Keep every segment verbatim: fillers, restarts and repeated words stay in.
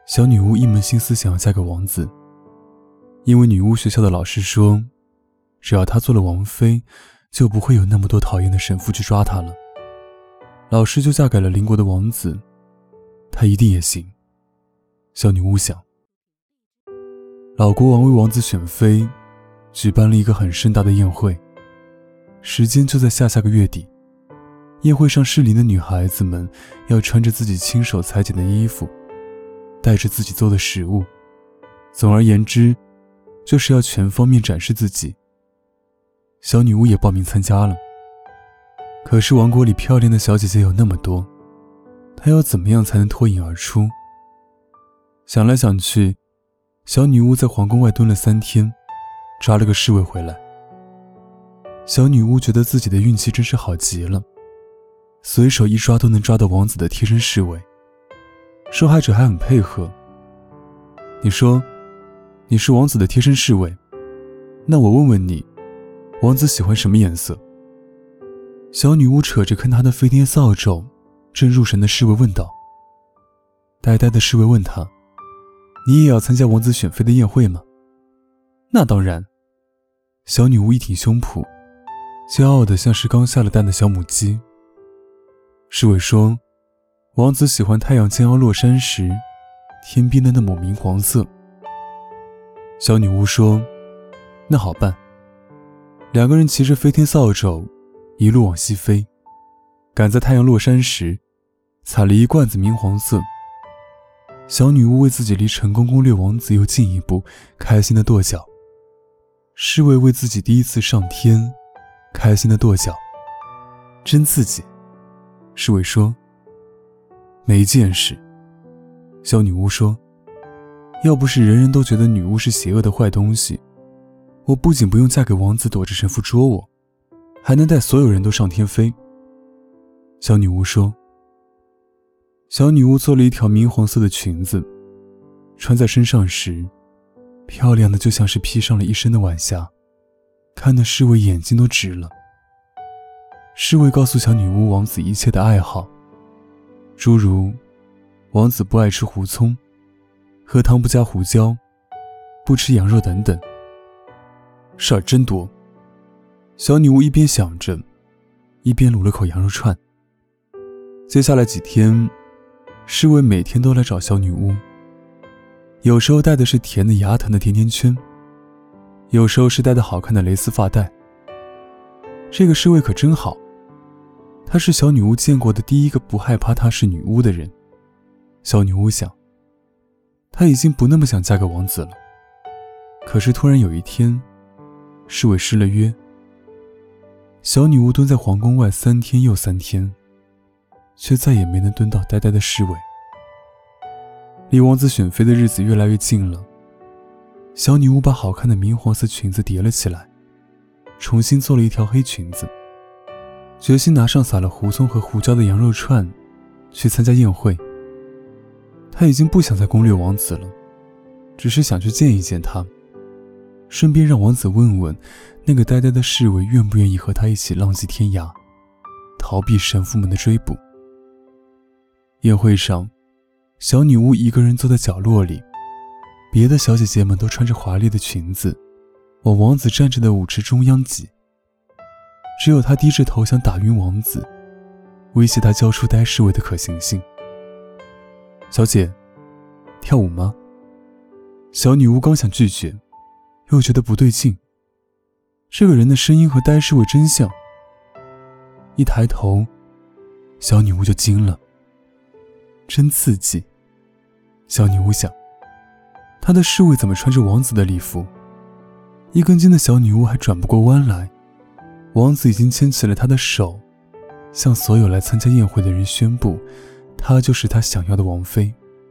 小女巫一门心思想要嫁给王子，因为女巫学校的老师说，只要她做了王妃，就不会有那么多讨厌的神父去抓她了。老师就嫁给了邻国的王子，她一定也行。小女巫想。老国王为王子选妃，举办了一个很盛大的宴会，时间就在下下个月底。宴会上适龄的女孩子们要穿着自己亲手裁剪的衣服，带着自己做的食物，总而言之，就是要全方面展示自己。小女巫也报名参加了。可是王国里漂亮的小姐姐有那么多，她要怎么样才能脱颖而出？想来想去，小女巫在皇宫外蹲了三天，抓了个侍卫回来。小女巫觉得自己的运气真是好极了，随手一抓都能抓到王子的贴身侍卫，受害者还很配合。你说你是王子的贴身侍卫，那我问问你，王子喜欢什么颜色？小女巫扯着看她的飞天扫帚，正入神的侍卫问道。呆呆的侍卫问她，你也要参加王子选妃的宴会吗？那当然。小女巫一挺胸脯，骄傲的像是刚下了蛋的小母鸡。侍卫说，王子喜欢太阳将要落山时天边的那抹明黄色。小女巫说，那好办。两个人骑着飞天扫帚一路往西飞，赶在太阳落山时采了一罐子明黄色。小女巫为自己离成功攻略王子又进一步开心的跺脚，侍卫为自己第一次上天开心的跺脚。真刺激。侍卫说，没见识。小女巫说，要不是人人都觉得女巫是邪恶的坏东西，我不仅不用嫁给王子躲着神父捉我，还能带所有人都上天飞。小女巫说。小女巫做了一条明黄色的裙子，穿在身上时漂亮的就像是披上了一身的晚霞，看得侍卫眼睛都直了。侍卫告诉小女巫王子一切的爱好，诸如王子不爱吃胡葱，喝汤不加胡椒，不吃羊肉等等。事儿真多。小女巫一边想着，一边卤了口羊肉串。接下来几天，侍卫每天都来找小女巫，有时候带的是甜的牙疼的甜甜圈，有时候是戴的好看的蕾丝发带。这个侍卫可真好，他是小女巫见过的第一个不害怕她是女巫的人。小女巫想，她已经不那么想嫁给王子了。可是突然有一天，侍卫失了约。小女巫蹲在皇宫外三天又三天，却再也没能蹲到呆呆的侍卫。离王子选妃的日子越来越近了，小女巫把好看的明黄色裙子叠了起来，重新做了一条黑裙子，决心拿上撒了胡葱和胡椒的羊肉串去参加宴会。她已经不想再攻略王子了，只是想去见一见他，顺便让王子问问那个呆呆的侍卫愿不愿意和他一起浪迹天涯，逃避神父们的追捕。宴会上，小女巫一个人坐在角落里，别的小姐姐们都穿着华丽的裙子往王子站着的舞池中央挤，只有她低着头想打晕王子，威胁他交出呆侍卫的可行性。小姐，跳舞吗？小女巫刚想拒绝，又觉得不对劲，这个人的声音和呆侍卫真像。一抬头，小女巫就惊了，真刺激。小女巫想，她的侍卫怎么穿着王子的礼服？一根筋的小女巫还转不过弯来，王子已经牵起了她的手，向所有来参加宴会的人宣布，她就是他想要的王妃。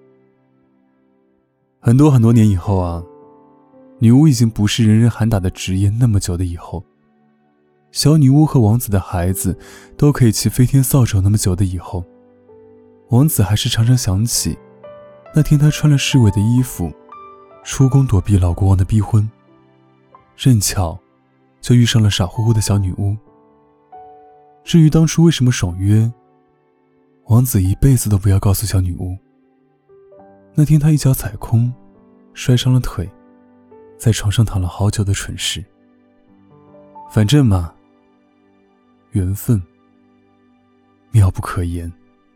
很多很多年以后啊，女巫已经不是人人喊打的职业，那么久的以后，小女巫和王子的孩子都可以骑飞天扫帚，那么久的以后，王子还是常常想起那天他穿了侍卫的衣服出宫躲避老国王的逼婚，正巧就遇上了傻乎乎的小女巫。至于当初为什么爽约，王子一辈子都不要告诉小女巫。 那天他一脚踩空，摔伤了腿，在床上躺了好久的蠢事。反正嘛，缘分妙不可言。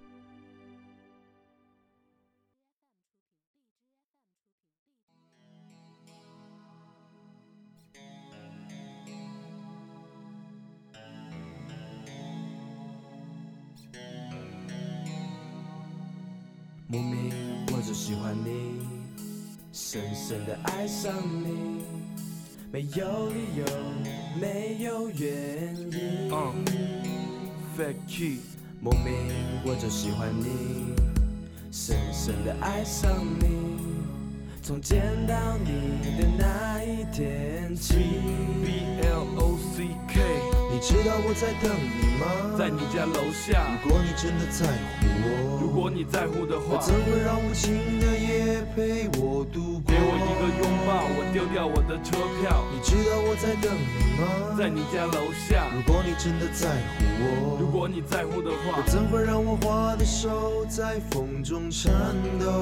莫名我就喜欢你，深深的爱上你，没有理由，没有原因。Uh, Fat Key， 莫名我就喜欢你，深深的爱上你，从见到你的那一天起。B L O C K， 你知道我在等你吗？在你家楼下。如果你真的在乎我，如果你在乎的话，怎会让无情的夜陪我度过？给我一个拥抱，我丢掉我的车票。你知道我在等你吗？在你家楼下。如果你真的在乎我，如果你在乎的话，怎会让我花的手在风中颤抖？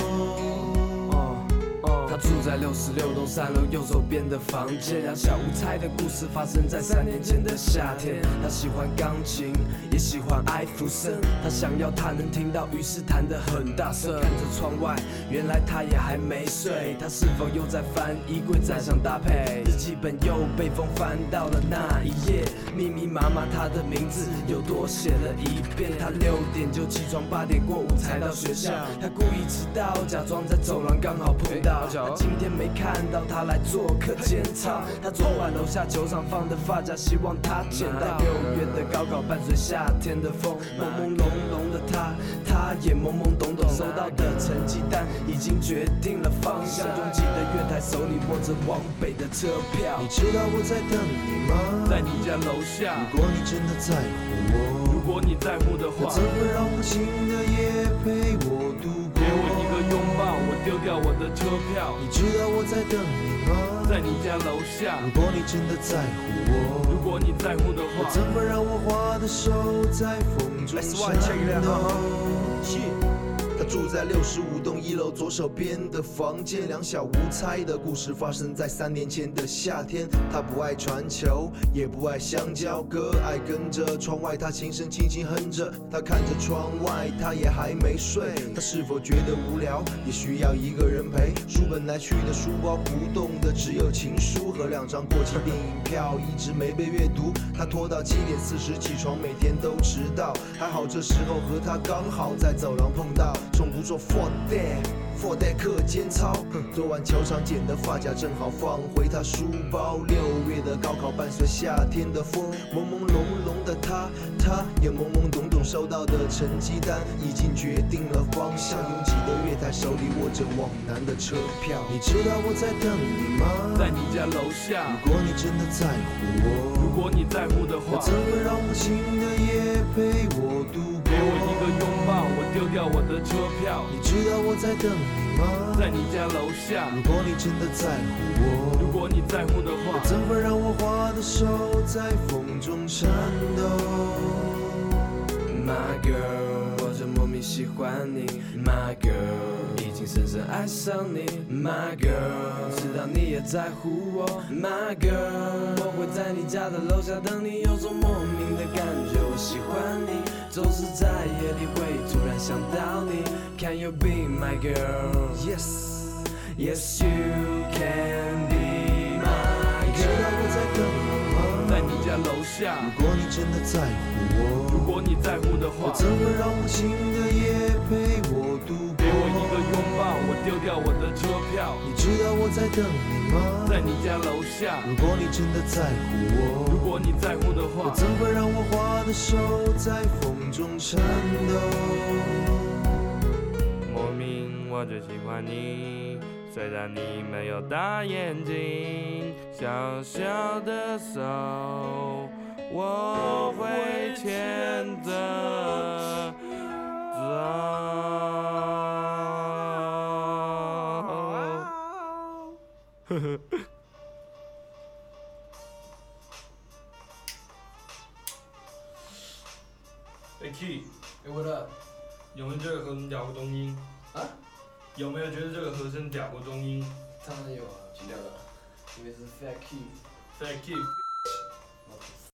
他住在六十六栋三楼右手边的房间，两小无猜的故事发生在三年前的夏天。他喜欢钢琴，也喜欢艾弗森，他想要他能听到，于是弹得很大声。看着窗外，原来他也还没睡。他是否又在翻衣柜，在想搭配？日记本又被风翻到了那一页，密密麻麻他的名字又多写了一遍。他六点就起床，八点过五才到学校。他故意迟到，假装在走廊刚好碰到。他今天没看到他来做客检查，他昨晚楼下球场放的发夹，希望他捡到。六月的高考伴随夏天的风，朦朦胧胧的他，他也懵懵懂懂。收到的成绩单已经决定了方向，拥挤的月台，手里握着往北的车票。你知道我在等你吗？在你家楼下。如果你真的在乎我，如果你在乎的话，怎会让无情的夜陪我度过？给我一个拥抱，我丢掉我的车票。你知道我在等你吗？在你家楼下。如果你真的在乎我，如果你在乎的话，怎会让我花的手在风中颤抖？他住在六十五栋一楼左手边的房间，两小无猜的故事发生在三年前的夏天。他不爱传球，也不爱香蕉哥，爱跟着窗外他轻声轻轻哼着。他看着窗外，他也还没睡。他是否觉得无聊，也需要一个人陪？书本来去的书包不动的只有情书和两张过期电影票，一直没被阅读。他拖到七点四十起床，每天都迟到。还好这时候和他刚好在走廊碰到。从不做 for that for that 课间操，昨晚球场捡的发夹正好放回他书包。六月的高考伴随夏天的风，朦朦胧胧的他，他也懵懵懂懂。收到的成绩单已经决定了方向，拥挤的月台，手里握着往南的车票。你知道我在等你吗？在你家楼下。如果你真的在乎我，如果你在乎的话，怎会让无情的夜陪我度过？给我一个拥抱，我丢掉我的车票。你知道我在等你吗？在你家楼下。如果你真的在乎我，如果你在乎的话，怎会让我花的手在风中颤抖？ My girl， 我就莫名喜欢你。My girl， 已经深深爱上你。My girl， 知道你也在乎我。My girl， 我会在你家的楼下等你，有种莫名的感觉，我喜欢你。总是在夜里会突然想到你。Can you be my girl？ Yes， Yes you can be my girl。 你知道我在等你吗？在你家楼下。如果你真的在乎我，如果你在乎的话，我怎会让无情的夜陪我度过？给我一个拥抱，我丢掉我的车票。你知道我在等你吗？在你家楼下。如果你真的在乎我，如果你在乎的话，我怎会让我花的手在风中颤抖？莫名我就喜欢你，虽然你没有大眼睛，小小的手我会牵着走。呵呵。 哎 Key， 哎，我的有没有这个很屌的东音？ 啊？ 有没有觉得这个和声屌过中音？ 当然有啊，挺屌的，因为是 fat key。 Fat key。